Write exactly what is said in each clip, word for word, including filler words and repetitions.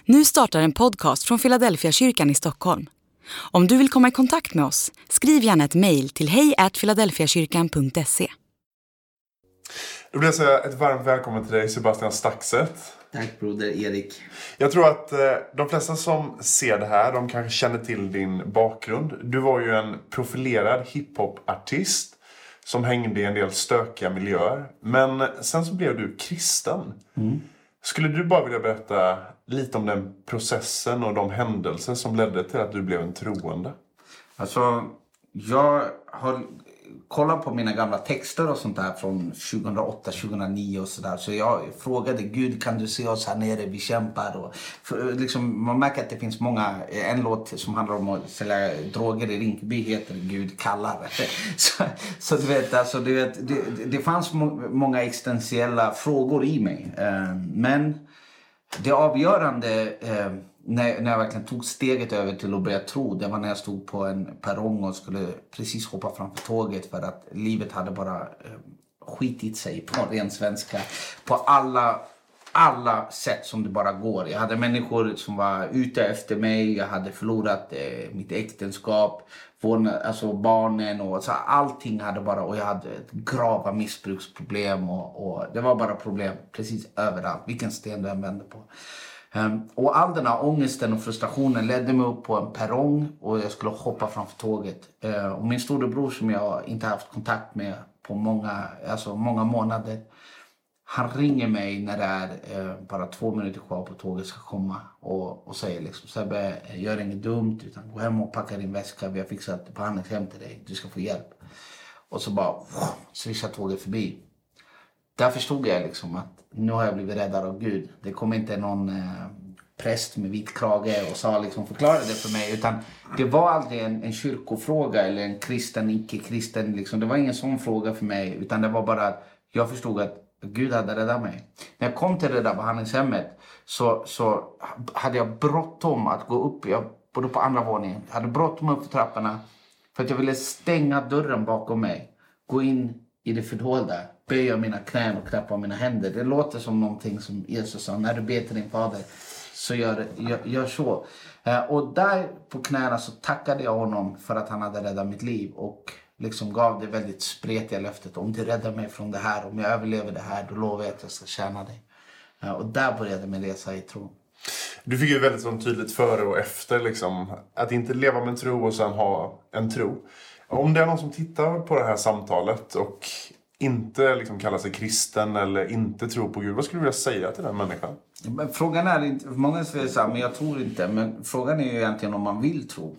Nu startar en podcast från Philadelphia kyrkan i Stockholm. Om du vill komma i kontakt med oss, skriv gärna ett mejl till hej at philadelphiakyrkan punkt se. Då vill jag säga ett varmt välkommen till dig, Sebastian Staxet. Tack broder Erik. Jag tror att eh, de flesta som ser det här, de kanske känner till din bakgrund. Du var ju en profilerad hiphop-artist som hängde i en del stökiga miljöer. Men sen så blev du kristen. Mm. Skulle du bara vilja berätta lite om den processen och de händelser som ledde till att du blev en troende? Alltså, jag har kollat på mina gamla texter och sånt där från tjugohundraåtta tjugohundranio och sådär. Så jag frågade Gud, kan du se oss här nere, vi kämpar. Och för, liksom, man märker att det finns många, en låt som handlar om att sälja droger i Rinkeby heter Gud kallar. Så, så du vet, alltså, du vet det, det fanns må, många existentiella frågor i mig. Eh, men det avgörande eh, när, när jag verkligen tog steget över till att börja tro, det var när jag stod på en perrong och skulle precis hoppa framför tåget för att livet hade bara eh, skitit sig på ren svenska på alla, alla sätt som det bara går. Jag hade människor som var ute efter mig, jag hade förlorat eh, mitt äktenskap, vår, alltså barnen och så allting hade bara, och jag hade ett grava missbruksproblem och, och det var bara problem precis överallt, vilken sten du än vände på. Um, och all den här ångesten och frustrationen ledde mig upp på en perrong och jag skulle hoppa framför tåget. Uh, och min storebror som jag inte haft kontakt med på många, alltså många månader, han ringer mig när det är uh, bara två minuter kvar på tåget ska komma och, och säger liksom, Sebbe, gör inget dumt utan gå hem och packa din väska, vi har fixat behandlingshem till dig, du ska få hjälp. Och så bara swishar tåget förbi. Där förstod jag liksom att nu har jag blivit räddad av Gud. Det kom inte någon eh, präst med vit krage och sa liksom, förklarade det för mig. Utan det var aldrig en, en kyrkofråga eller en kristen, icke-kristen. Liksom. Det var ingen sån fråga för mig. Utan det var bara att jag förstod att Gud hade räddat mig. När jag kom till det där behandlingshemmet så, så hade jag bråttom att gå upp. Jag bodde på andra våningen. Jag hade bråttom upp för trapporna. För att jag ville stänga dörren bakom mig. Gå in i det fördolda. Böja mina knän och klappa mina händer. Det låter som någonting som Jesus sa. När du ber till din fader så gör, gör, gör så. Eh, och där på knäna så tackade jag honom för att han hade räddat mitt liv. Och liksom gav det väldigt spretiga löftet. Om du räddar mig från det här, om jag överlever det här, då lovar jag att jag ska tjäna dig. Eh, och där började min resa i tro. Du fick ju väldigt sånt tydligt före och efter. Liksom, att inte leva med en tro och sen ha en tro. Om det är någon som tittar på det här samtalet och inte liksom kallar sig kristen eller inte tror på Gud, vad skulle du vilja säga till den människan? Men frågan är inte, många säger så här, men jag tror inte. Men frågan är ju egentligen om man vill tro.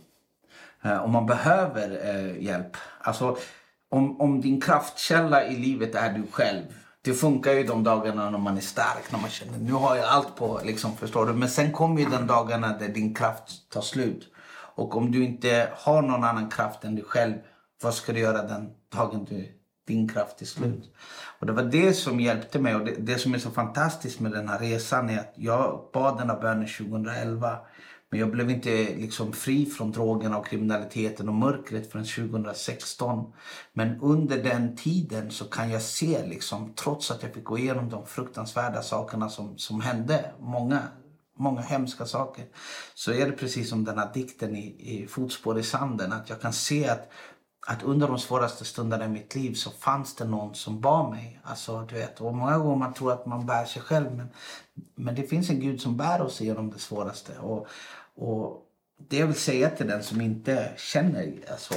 Eh, om man behöver eh, hjälp. Alltså om, om din kraftkälla i livet är du själv. Det funkar ju de dagarna när man är stark, när man känner nu har jag allt på, liksom, förstår du. Men sen kommer ju den dagarna där din kraft tar slut. Och om du inte har någon annan kraft än du själv, vad ska du göra den dagen du din kraft är slut? Mm. Och det var det som hjälpte mig. Och det, det som är så fantastiskt med den här resan är att jag bad den här bönen tjugohundraelva. Men jag blev inte liksom fri från drogerna och kriminaliteten och mörkret förrän tjugohundrasexton. Men under den tiden så kan jag se, liksom, trots att jag fick gå igenom de fruktansvärda sakerna som, som hände, många många hemska saker, så är det precis som den här dikten i, i Fotspår i sanden, att jag kan se att, att under de svåraste stunderna i mitt liv så fanns det någon som bar mig. Alltså, du vet, och många gånger man tror att man bär sig själv, men, men det finns en Gud som bär oss genom det svåraste. Och, och det jag vill säga till den som inte känner alltså,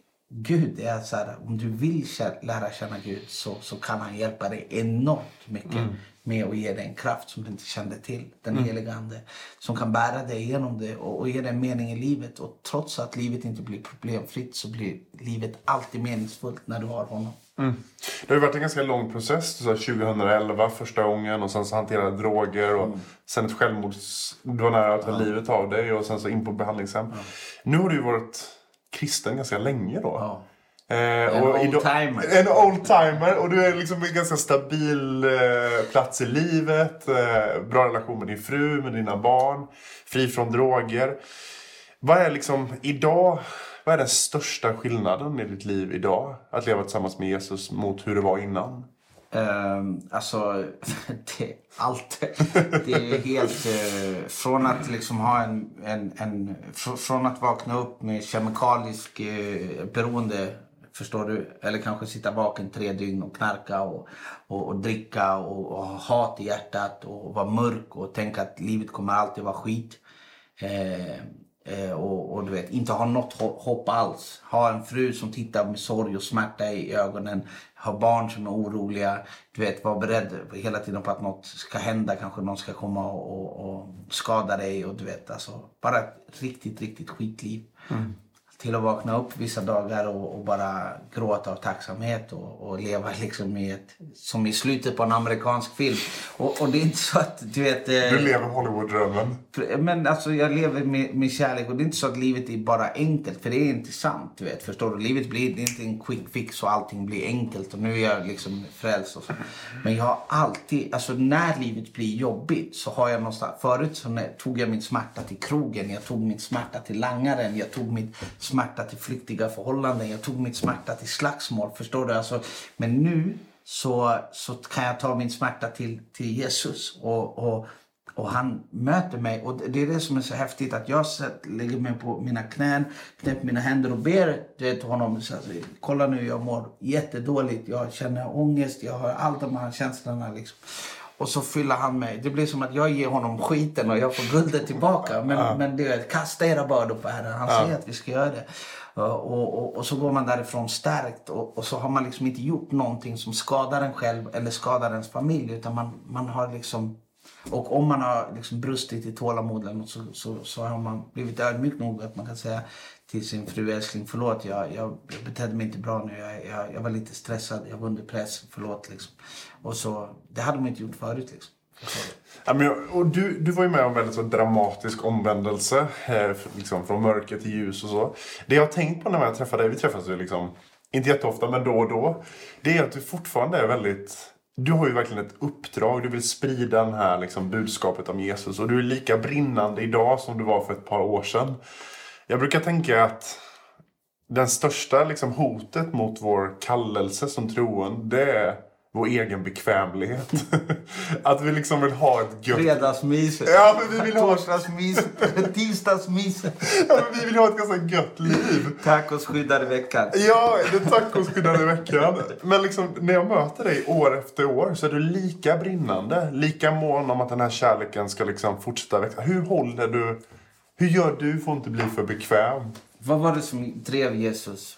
Gud är så här, om du vill lära känna Gud så, så kan han hjälpa dig enormt mycket. Mm. Med att ge dig en kraft som du inte kände till. Den mm. heliga ande. Som kan bära dig igenom det. Och, och ge dig en mening i livet. Och trots att livet inte blir problemfritt. Så blir livet alltid meningsfullt när du har honom. Mm. Det har ju varit en ganska lång process. Så tjugohundraelva första gången. Och sen så hanterade droger. Och mm. sen ett självmords... Du var nära att ta ja. livet av dig. Och sen så in på behandlingshem. Ja. Nu har du ju varit kristen ganska länge då. Ja. Eh, en oldtimer. En oldtimer. Och du är liksom en ganska stabil eh, plats i livet. Eh, bra relation med din fru, med dina barn. Fri från droger. Vad är liksom idag... Vad är den största skillnaden i ditt liv idag? Att leva tillsammans med Jesus mot hur det var innan? Um, alltså, det, allt. Det är helt... Uh, från att liksom ha en... en, en fr- från att vakna upp med kemikalisk uh, beroende, förstår du? Eller kanske sitta vaken tre dygn och knarka och, och, och dricka och, och ha hat i hjärtat och vara mörk och tänka att livet kommer alltid vara skit. Uh, Eh, och, och du vet, inte ha något hopp alls. Ha en fru som tittar med sorg och smärta i ögonen. Ha barn som är oroliga. Du vet, var beredd hela tiden på att något ska hända. Kanske någon ska komma och, och, och skada dig. Och du vet, alltså, bara ett riktigt, riktigt skitliv. Mm. Till att vakna upp vissa dagar och, och bara gråta av tacksamhet och, och leva liksom i ett, som i slutet på en amerikansk film. Och, och det är inte så att, du vet... Du lever Hollywood-drömmen. Men alltså jag lever med, med kärlek och det är inte så att livet är bara enkelt. För det är inte sant, du vet. Förstår du? Livet blir det är inte en quick fix och allting blir enkelt. Och nu är jag liksom frälst och så. Men jag har alltid, alltså när livet blir jobbigt så har jag någonstans... Förut så när, tog jag min smärta till krogen. Jag tog min smärta till langaren. Jag tog min smärta till flyktiga förhållanden. Jag tog min smärta till slagsmål. Förstår du? Alltså, men nu så, så kan jag ta min smärta till, till Jesus. Och, och, och han möter mig. Och det är det som är så häftigt. Att jag lägger mig på mina knän. Knäpper mina händer och ber till honom. Så, alltså, kolla nu, jag mår jättedåligt. Jag känner ångest. Jag har alla de här känslorna liksom. Och så fyller han mig. Det blir som att jag ger honom skiten och jag får guldet tillbaka. Men, ja. men det är kasta era bördor på Herren. Han ja. säger att vi ska göra det. Och, och, och så går man därifrån stärkt. Och, och så har man liksom inte gjort någonting som skadar en själv eller skadar ens familj. Utan man, man har liksom... Och om man har liksom brustit i tålamod så, så, så har man blivit ödmjuk nog att man kan säga till sin fru, älskling, förlåt, jag, jag, jag betedde mig inte bra nu, jag, jag, jag var lite stressad, jag var under press, förlåt liksom. Och så, det hade man inte gjort förut liksom. Ja, men, och du, du var ju med om väldigt så dramatisk omvändelse, eh, liksom, från mörker till ljus och så. Det jag har tänkt på när jag träffade dig, vi träffas ju liksom, inte jätteofta men då och då, det är att du fortfarande är väldigt... Du har ju verkligen ett uppdrag. Du vill sprida den här liksom, budskapet om Jesus. Och du är lika brinnande idag som du var för ett par år sedan. Jag brukar tänka att den största liksom, hotet mot vår kallelse som troende, det är vår egen bekvämlighet. Att vi liksom vill ha ett gött... Fredagsmys. Ja, men vi vill ha... Torsdagsmys. Tisdagsmys. Ja, men vi vill ha ett ganska gött liv. Tacosskyddade veckan. Ja, det är tacosskyddade veckan. Men liksom, när jag möter dig år efter år så är du lika brinnande. Lika mån om att den här kärleken ska liksom fortsätta växa. Hur håller du... Hur gör du för att inte bli för bekväm? Vad var det som drev Jesus?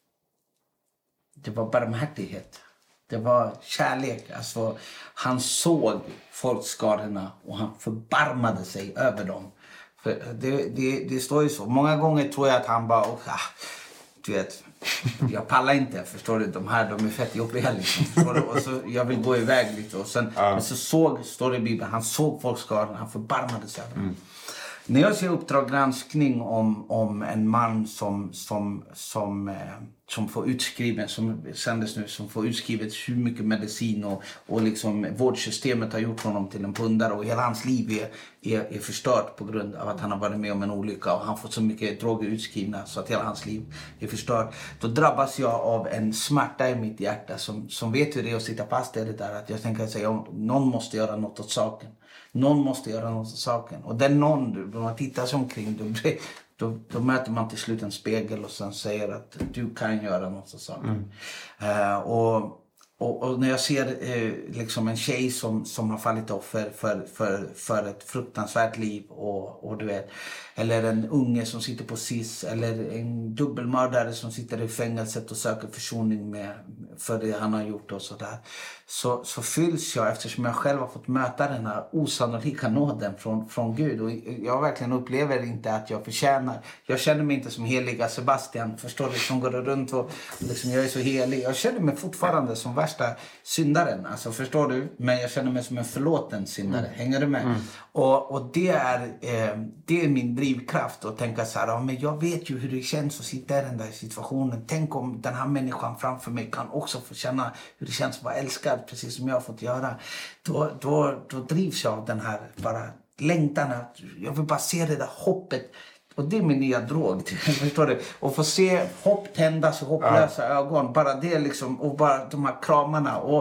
Det var barmhärtighet. Det var kärlek. Alltså, han såg folkskarorna och han förbarmade sig över dem. För det, det, det står ju så. Många gånger tror jag att han bara... Oh, ah, du vet, jag pallar inte, förstår du? De här, de är fett jobbiga liksom. Förstår du? Och så, jag vill gå iväg lite. Och sen, ja. Men så såg, står det i Bibeln, han såg folkskarorna, han förbarmade sig över dem. Mm. När jag ser Uppdrag granskning om, om en man som, som, som, eh, som får utskrivet, som sändes nu, som får utskrivet hur mycket medicin och, och liksom vårdsystemet har gjort honom till en pundare och hela hans liv är, är, är förstört på grund av att han har varit med om en olycka och han får så mycket droger utskrivna så att hela hans liv är förstört. Då drabbas jag av en smärta i mitt hjärta som, som vet hur det är att sitta fast i det där, att jag tänker säga om någon måste göra något åt saken. Någon måste göra något åt saken. Och den någon, då man tittar sig omkring, då, då, då möter man till slut en spegel och sen säger att du kan göra något åt saken. Mm. Uh, och, och, och när jag ser uh, liksom en tjej som, som har fallit offer för, för, för ett fruktansvärt liv och, och du vet, eller en unge som sitter på S I S, eller en dubbelmördare som sitter i fängelset och söker försoning med, för det han har gjort och sådär. Så, så fylls jag, eftersom jag själv har fått möta den här osannolika nåden från, från Gud. Och jag verkligen upplever inte att jag förtjänar. Jag känner mig inte som heliga Sebastian, förstår du, som går runt och liksom, jag är så helig. Jag känner mig fortfarande som värsta syndaren, alltså förstår du? Men jag känner mig som en förlåten syndare, mm. hänger du med? Mm. Och, och det, är, eh, det är min drivkraft att tänka så här, ja, men jag vet ju hur det känns att sitta i den där situationen. Tänk om den här människan framför mig kan också få känna hur det känns att vara älskad, precis som jag har fått göra. Då, då, då drivs jag av den här bara längtan. Jag vill bara se det där hoppet. Och det är min nya drog. Förstår du? Och få se hopp tändas och hopplösa ja. ögon. Bara det liksom. Och bara de här kramarna. Och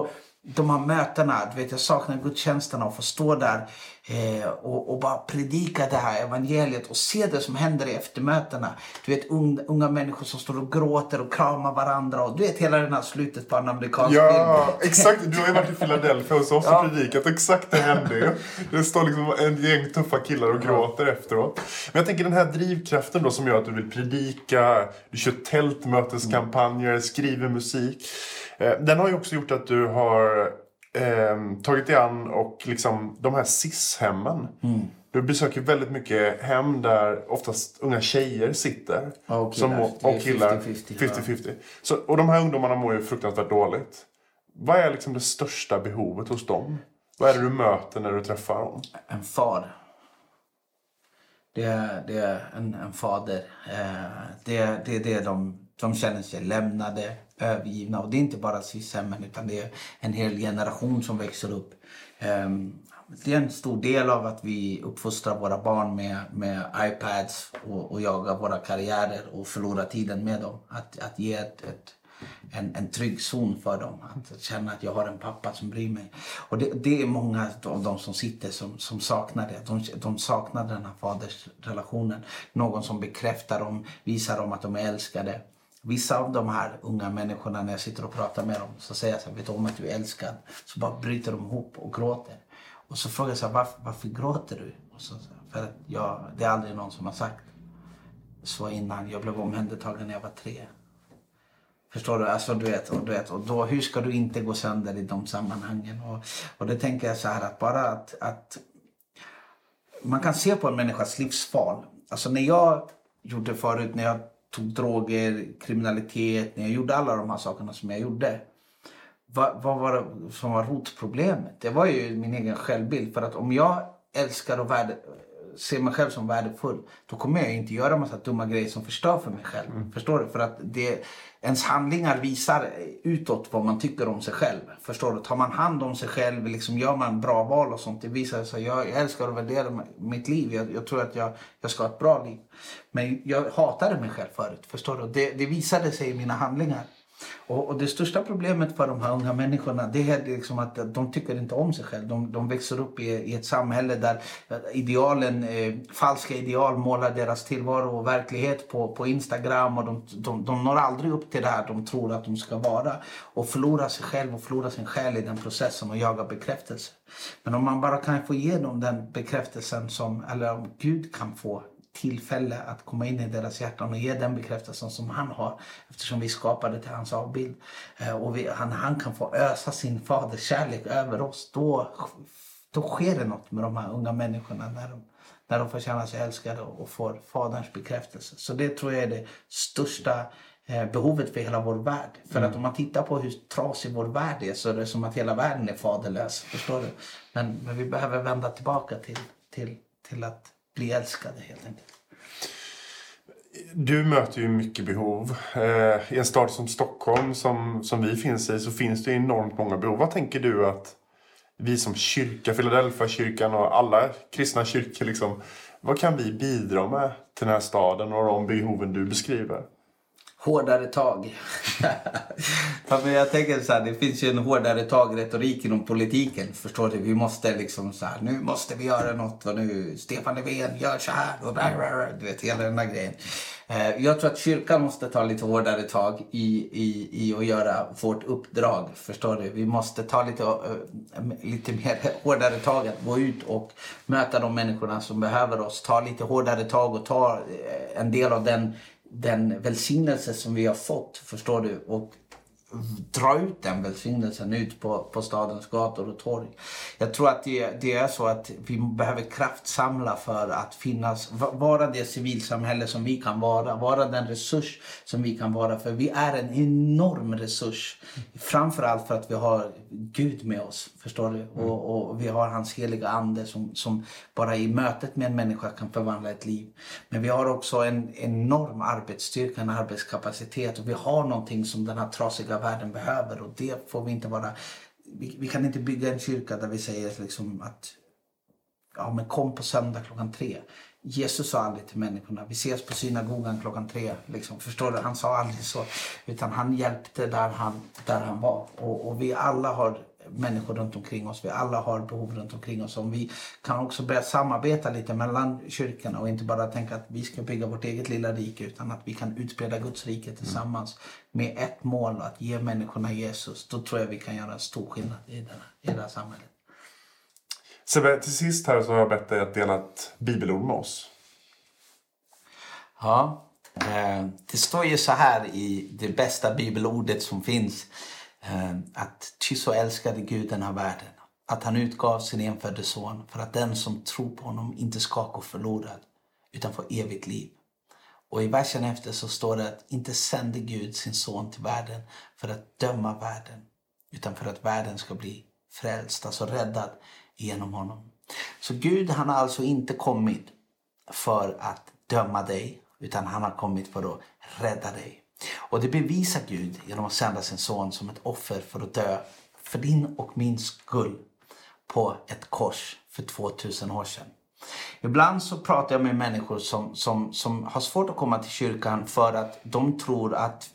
de här mötena, du vet, jag saknar gudstjänsterna och få stå där eh, och, och bara predika det här evangeliet och se det som händer i eftermötena. Du vet, unga, unga människor som står och gråter och kramar varandra och du vet hela den här slutet på en amerikansk ja, film. Ja, exakt. Du har ju varit i Philadelphia hos oss ja. och predikat. Exakt, det hände ju. Det står liksom en gäng tuffa killar och gråter ja. efteråt. Men jag tänker den här drivkraften då som gör att du vill predika, du kör tältmöteskampanjer, mm. skriver musik. Den har ju också gjort att du har eh, tagit dig an och liksom de här S I S-hemmen. Mm. Du besöker väldigt mycket hem där oftast unga tjejer sitter. Och killar. Som, och killar. femtio femtio. Så, och de här ungdomarna mår ju fruktansvärt dåligt. Vad är liksom det största behovet hos dem? Vad är det du möter när du träffar dem? En far. Det är, det är en, en fader. Eh, det, det är det de... De känner sig lämnade, övergivna. Och det är inte bara S I S-hemmen utan det är en hel generation som växer upp. Det är en stor del av att vi uppfostrar våra barn med, med iPads och, och jagar våra karriärer och förlorar tiden med dem. Att, att ge ett, ett, en, en trygg zon för dem. Att känna att jag har en pappa som bryr mig. Och det, det är många av de som sitter som, som saknar det. De, de saknar den här fadersrelationen. Någon som bekräftar dem, visar dem att de är älskade. Vissa av de här unga människorna när jag sitter och pratar med dem så säger jag så här, vet du om att du är älskad? Så bara bryter de ihop och gråter. Och så frågar jag så här, varför, varför gråter du? Och så, för att jag, det är aldrig någon som har sagt så innan. Jag blev omhändertagen när jag var tre. Förstår du? Alltså du vet, och du vet, och då hur ska du inte gå sönder i de sammanhangen? Och, och det tänker jag så här att bara att, att man kan se på en människas livsfal. Alltså när jag gjorde förut, när jag tog droger, kriminalitet, när jag gjorde alla de här sakerna som jag gjorde. Vad, vad var det som var rotproblemet? Det var ju min egen självbild. För att om jag älskar och värde, ser mig själv som värdefull, då kommer jag inte göra en massa dumma grejer som förstör för mig själv. Mm. Förstår du? För att det, ens handlingar visar utåt vad man tycker om sig själv. Förstår du? Tar man hand om sig själv, liksom gör man bra val och sånt, det visar sig. Jag, jag älskar och värderar mitt liv. Jag, jag tror att jag, jag ska ha ett bra liv. Men jag hatade mig själv förut. Förstår du? Det, det visade sig i mina handlingar. Och, och det största problemet för de här unga människorna, det är liksom att de tycker inte om sig själv. De, de växer upp i, i ett samhälle där idealen, eh, falska ideal målar deras tillvaro och verklighet på, på Instagram. Och de, de, de når aldrig upp till det här de tror att de ska vara. Och förlorar sig själv och förlorar sin själ i den processen och jagar bekräftelse. Men om man bara kan få igenom den bekräftelsen som, eller om Gud kan få tillfälle att komma in i deras hjärtan och ge den bekräftelsen som han har, eftersom vi skapade till hans avbild, och vi, han, han kan få ösa sin faders kärlek över oss, då, då sker det något med de här unga människorna när de, när de får känna sig älskade och får faderns bekräftelse. Så det tror jag är det största behovet för hela vår värld. För mm. att om man tittar på hur trasig vår värld är, så är det som att hela världen är faderlös, förstår du? Men, men vi behöver vända tillbaka till, till, till att bli älskade helt enkelt. Du möter ju mycket behov. Eh, I en stad som Stockholm som, som vi finns i så finns det enormt många behov. Vad tänker du att vi som kyrka, Philadelphia kyrkan och alla kristna kyrkor liksom, vad kan vi bidra med till den här staden och de behoven du beskriver? Hårdare tag. Jag tänker så här, det finns ju en hårdare tag-retorik inom politiken. Förstår du? Vi måste liksom så här, nu måste vi göra något. Och nu, Stefan Löfven gör så här. Och bla bla bla, du vet, hela den här grejen. Jag tror att kyrkan måste ta lite hårdare tag i, i, i att göra vårt uppdrag. Förstår du? Vi måste ta lite, lite mer hårdare tag att gå ut och möta de människorna som behöver oss. Ta lite hårdare tag och ta en del av den den välsignelse som vi har fått, förstår du, och dra ut den välsignelsen ut på, på stadens gator och torg. Jag tror att det, det är så att vi behöver kraftsamla för att finnas, vara det civilsamhälle som vi kan vara, vara den resurs som vi kan vara, för vi är en enorm resurs, framförallt för att vi har Gud med oss, förstår du, mm. och, och vi har hans heliga ande som, som bara i mötet med en människa kan förvandla ett liv. Men vi har också en enorm arbetsstyrka, en arbetskapacitet, och vi har någonting som den här trasiga världen behöver, och det får vi inte vara. Vi, vi kan inte bygga en kyrka där vi säger liksom att ja, men kom på söndag klockan tre. Jesus sa aldrig till människorna, vi ses på synagogan klockan tre. Liksom, förstår du? Han sa aldrig så. Utan han hjälpte där han, där han var. Och, och vi alla har människor runt omkring oss. Vi alla har behov runt omkring oss. Om vi kan också börja samarbeta lite mellan kyrkorna och inte bara tänka att vi ska bygga vårt eget lilla rike, utan att vi kan utbreda Guds rike tillsammans med ett mål, att ge människorna Jesus. Då tror jag vi kan göra en stor skillnad i det här, i det här samhället. Sebbe, till sist här så har jag bett dig att dela ett bibelord med oss. Ja, eh, det står ju så här i det bästa bibelordet som finns. Eh, att ty så älskade Gud den här världen, att han utgav sin enfödde son för att den som tror på honom inte ska gå förlorad utan få evigt liv. Och i versen efter så står det att inte sände Gud sin son till världen för att döma världen, utan för att världen ska bli frälst, alltså räddad genom honom. Så Gud, han har alltså inte kommit för att döma dig, utan han har kommit för att rädda dig. Och det bevisar Gud genom att sända sin son som ett offer för att dö för din och min skull på ett kors för tvåtusen år sedan. Ibland så pratar jag med människor som, som, som har svårt att komma till kyrkan för att de tror att,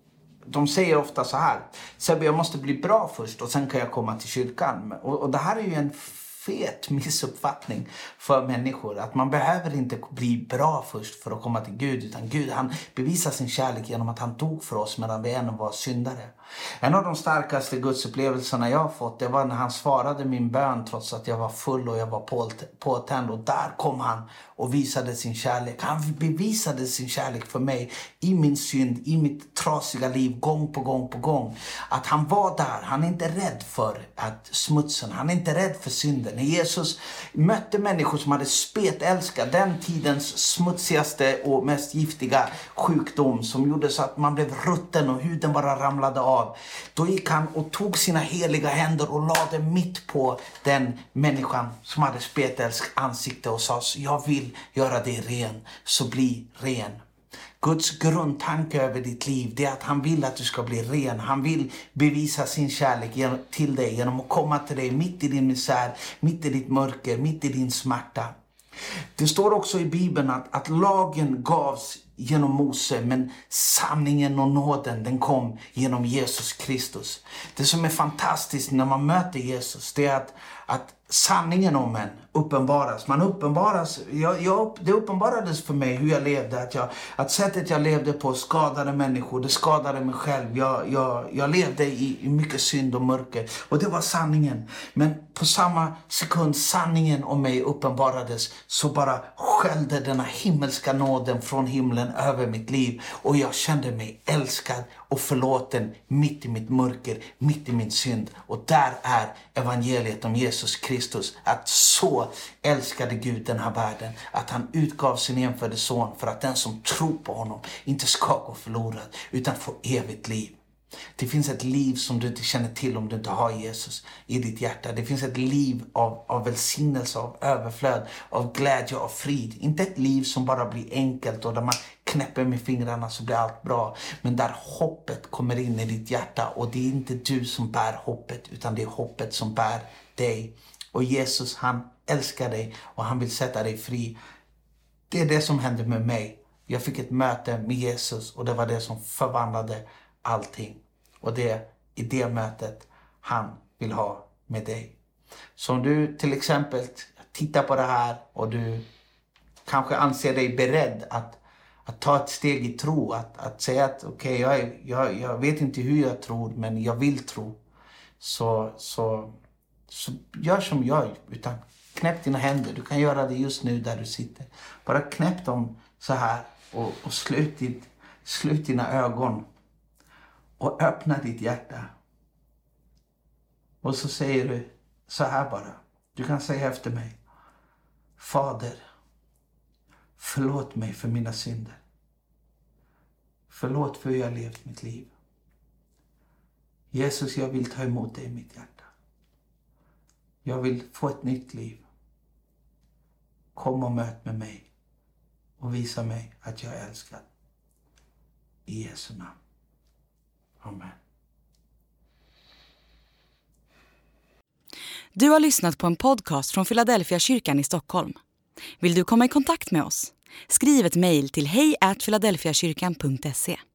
de säger ofta så här: Sebbe, jag måste bli bra först och sen kan jag komma till kyrkan. Och, och det här är ju en fet missuppfattning för människor, att man behöver inte bli bra först för att komma till Gud, utan Gud, han bevisar sin kärlek genom att han dog för oss medan vi ännu var syndare. En av de starkaste gudsupplevelserna jag har fått, det var när han svarade min bön trots att jag var full och jag var påtänd, och där kom han och visade sin kärlek. Han bevisade sin kärlek för mig i min synd, i mitt trasiga liv, gång på gång på gång. Att han var där, han är inte rädd för att smutsen, han är inte rädd för synden. När Jesus mötte människor som hade spetälskat den tidens smutsigaste och mest giftiga sjukdom som gjorde så att man blev rutten och huden bara ramlade av, då gick han och tog sina heliga händer och lade mitt på den människan som hade spetälsk ansikte och sa: jag vill göra dig ren, så bli ren. Guds grundtanke över ditt liv, det är att han vill att du ska bli ren. Han vill bevisa sin kärlek till dig genom att komma till dig mitt i din misär, mitt i ditt mörker, mitt i din smärta. Det står också i Bibeln att, att lagen gavs genom Mose, men sanningen och nåden, den kom genom Jesus Kristus. Det som är fantastiskt när man möter Jesus, det är att, att sanningen om en uppenbaras. Man uppenbaras, jag, jag, det uppenbarades för mig hur jag levde. Att, jag, att sättet jag levde på skadade människor, det skadade mig själv. Jag, jag, jag levde i, i mycket synd och mörker. Och det var sanningen. Men på samma sekund sanningen om mig uppenbarades, så bara skällde denna himmelska nåden från himlen över mitt liv. Och jag kände mig älskad och förlåten mitt i mitt mörker, mitt i min synd. Och där är evangeliet om Jesus Kristus. Att så älskade Gud den här världen, att han utgav sin enfödde son för att den som tror på honom inte ska gå förlorad utan få evigt liv. Det finns ett liv som du inte känner till om du inte har Jesus i ditt hjärta. Det finns ett liv av, av välsignelse, av överflöd, av glädje, av frid. Inte ett liv som bara blir enkelt och där man knäpper med fingrarna så blir allt bra. Men där hoppet kommer in i ditt hjärta, och det är inte du som bär hoppet, utan det är hoppet som bär dig. Och Jesus, han älskar dig och han vill sätta dig fri. Det är det som hände med mig. Jag fick ett möte med Jesus och det var det som förvandlade allting. Och det är i det mötet han vill ha med dig. Så om du till exempel tittar på det här och du kanske anser dig beredd att, att ta ett steg i tro. Att, att säga att okej, okay, jag, jag, jag vet inte hur jag tror, men jag vill tro. Så, så, så gör som jag, utan knäpp dina händer. Du kan göra det just nu där du sitter. Bara knäpp dem så här och, och slut, ditt, slut dina ögon. Och öppna ditt hjärta. Och så säger du så här bara. Du kan säga efter mig: Fader, förlåt mig för mina synder. Förlåt för hur jag levt mitt liv. Jesus, jag vill ta emot dig i mitt hjärta. Jag vill få ett nytt liv. Kom och möt med mig. Och visa mig att jag är älskad. I Jesu namn. Amen. Du har lyssnat på en podcast från Philadelphia kyrkan i Stockholm. Vill du komma i kontakt med oss? Skriv ett mejl till hej at philadelphia kyrkan punkt se.